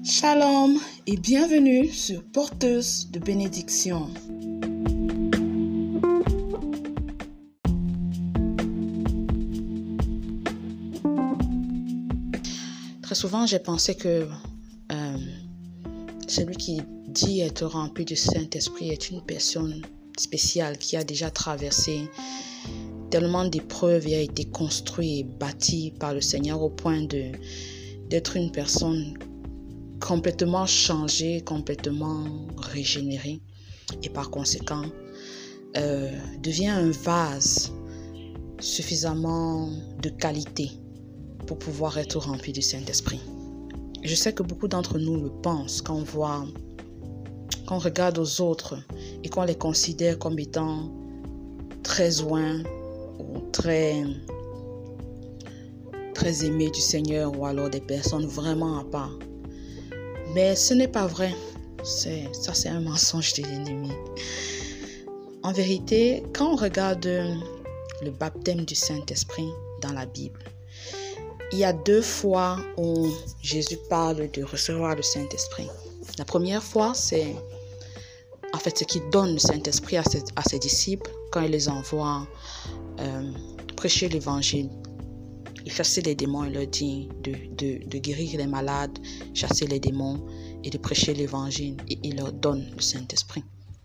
Shalom et bienvenue sur Porteuse de bénédiction. Très souvent, j'ai pensé que celui qui dit être rempli du Saint-Esprit est une personne spéciale qui a déjà traversé tellement d'épreuves et a été construit et bâti par le Seigneur au point d'être une personne complètement changée, complètement régénérée et par conséquent devient un vase suffisamment de qualité pour pouvoir être rempli du Saint-Esprit. Je sais que beaucoup d'entre nous le pensent quand on regarde aux autres et qu'on les considère comme étant très loin ou très aimés du Seigneur ou alors des personnes vraiment à part. Mais ce n'est pas vrai. C'est un mensonge de l'ennemi. En vérité, quand on regarde le baptême du Saint-Esprit dans la Bible, il y a 2 fois où Jésus parle de recevoir le Saint-Esprit. La première fois, c'est en fait ce qu'il donne le Saint-Esprit à ses disciples quand il les envoie prêcher l'évangile. Il chassait les démons, il leur dit de guérir les malades, chasser les démons et de prêcher l'évangile. Et il leur donne le Saint-Esprit.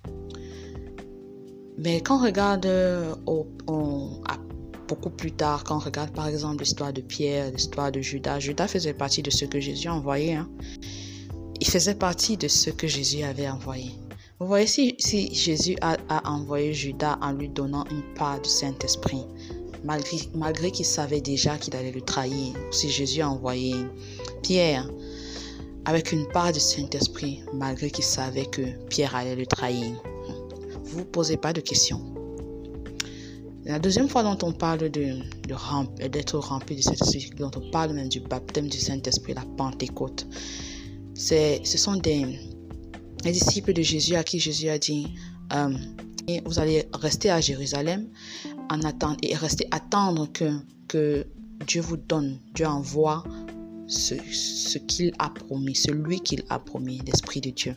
Mais quand on regarde beaucoup plus tard, quand on regarde par exemple l'histoire de Pierre, l'histoire de Judas, Judas faisait partie de ceux que Jésus a envoyés. Il faisait partie de ceux que Jésus avait envoyés. Vous voyez, si Jésus a envoyé Judas en lui donnant une part du Saint-Esprit, malgré qu'il savait déjà qu'il allait le trahir, si Jésus a envoyé Pierre avec une part du Saint-Esprit, malgré qu'il savait que Pierre allait le trahir, vous ne posez pas de questions. La deuxième fois dont on parle d'être rempli du Saint-Esprit, dont on parle même du baptême du Saint-Esprit, la Pentecôte, ce sont des disciples de Jésus à qui Jésus a dit vous allez rester à Jérusalem et attendre que Dieu vous donne, Dieu envoie ce qu'il a promis, celui qu'il a promis, l'Esprit de Dieu.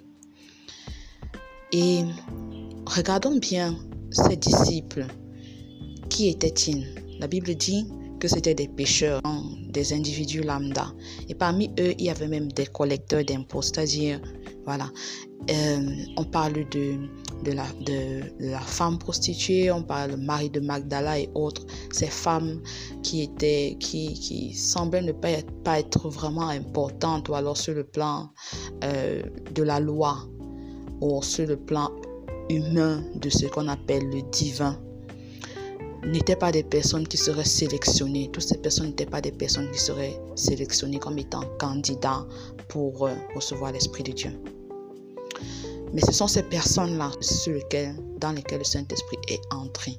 Et regardons bien ces disciples. Qui étaient-ils? La Bible dit que c'était des pécheurs, des individus lambda. Et parmi eux, il y avait même des collecteurs d'impôts, c'est-à-dire, voilà, on parle de la femme prostituée, on parle de Marie de Magdala et autres, ces femmes qui semblaient ne pas être vraiment importantes, ou alors sur le plan de la loi, ou sur le plan humain de ce qu'on appelle le divin. N'étaient pas des personnes qui seraient sélectionnées. Toutes ces personnes n'étaient pas des personnes qui seraient sélectionnées comme étant candidats pour recevoir l'Esprit de Dieu. Mais ce sont ces personnes-là dans lesquelles le Saint-Esprit est entré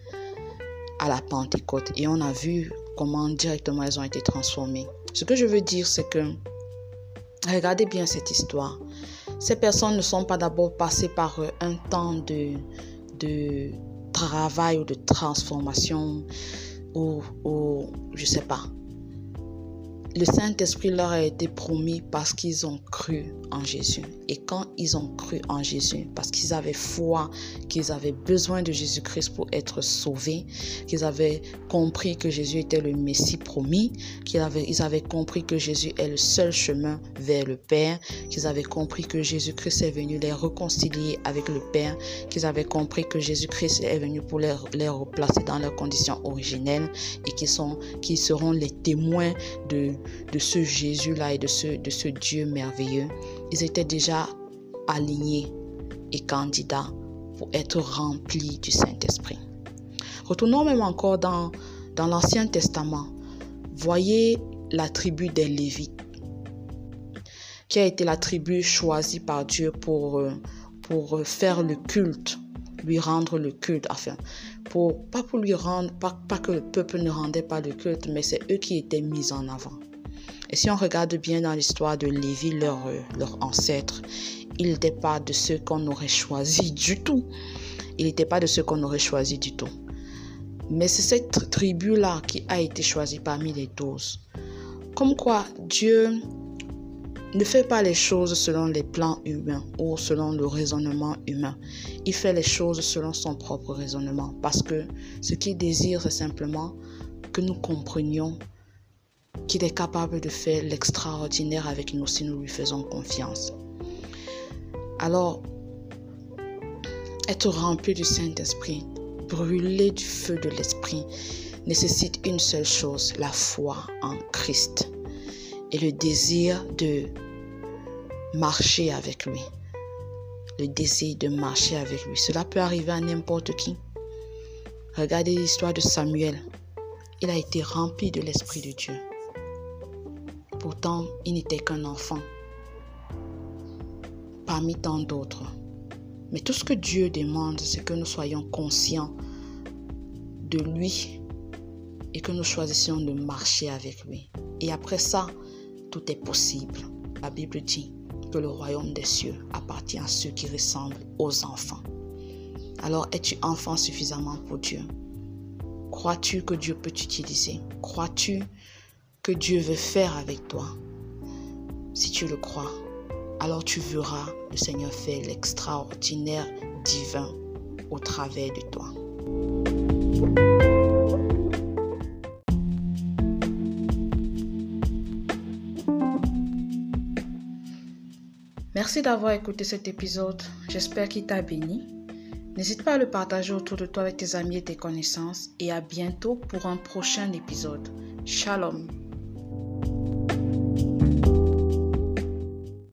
à la Pentecôte. Et on a vu comment directement elles ont été transformées. Ce que je veux dire, c'est que, regardez bien cette histoire. Ces personnes ne sont pas d'abord passées par un temps de travail ou de transformation ou je sais pas. Le Saint-Esprit leur a été promis parce qu'ils ont cru en Jésus. Et quand ils ont cru en Jésus, parce qu'ils avaient foi, qu'ils avaient besoin de Jésus-Christ pour être sauvés, qu'ils avaient compris que Jésus était le Messie promis, ils avaient compris que Jésus est le seul chemin vers le Père, qu'ils avaient compris que Jésus-Christ est venu les réconcilier avec le Père, qu'ils avaient compris que Jésus-Christ est venu pour les replacer dans leurs conditions originelles et qu'ils seront les témoins de ce Jésus-là et de ce Dieu merveilleux. Ils étaient déjà alignés et candidats pour être remplis du Saint-Esprit. Retournons même encore dans l'Ancien Testament. Voyez la tribu des Lévites, qui a été la tribu choisie par Dieu pour faire le culte, lui rendre le culte, enfin, pas que le peuple ne rendait pas le culte, mais c'est eux qui étaient mis en avant. Et si on regarde bien dans l'histoire de Lévi, leur ancêtre, il n'était pas de ceux qu'on aurait choisi du tout. Mais c'est cette tribu-là qui a été choisie parmi les 12. Comme quoi, Dieu ne fait pas les choses selon les plans humains ou selon le raisonnement humain. Il fait les choses selon son propre raisonnement parce que ce qu'il désire, c'est simplement que nous comprenions qu'il est capable de faire l'extraordinaire avec nous si nous lui faisons confiance. Alors, être rempli du Saint-Esprit, brûler du feu de l'Esprit, nécessite une seule chose, la foi en Christ et le désir de marcher avec lui. Le désir de marcher avec lui. Cela peut arriver à n'importe qui. Regardez l'histoire de Samuel. Il a été rempli de l'Esprit de Dieu. Pourtant, il n'était qu'un enfant parmi tant d'autres. Mais tout ce que Dieu demande, c'est que nous soyons conscients de lui et que nous choisissions de marcher avec lui. Et après ça, tout est possible. La Bible dit que le royaume des cieux appartient à ceux qui ressemblent aux enfants. Alors, es-tu enfant suffisamment pour Dieu? Crois-tu que Dieu peut t'utiliser? Crois-tu que Dieu veut faire avec toi? Si tu le crois, alors tu verras le Seigneur faire l'extraordinaire divin au travers de toi. Merci d'avoir écouté cet épisode. J'espère qu'il t'a béni. N'hésite pas à le partager autour de toi avec tes amis et tes connaissances. Et à bientôt pour un prochain épisode. Shalom.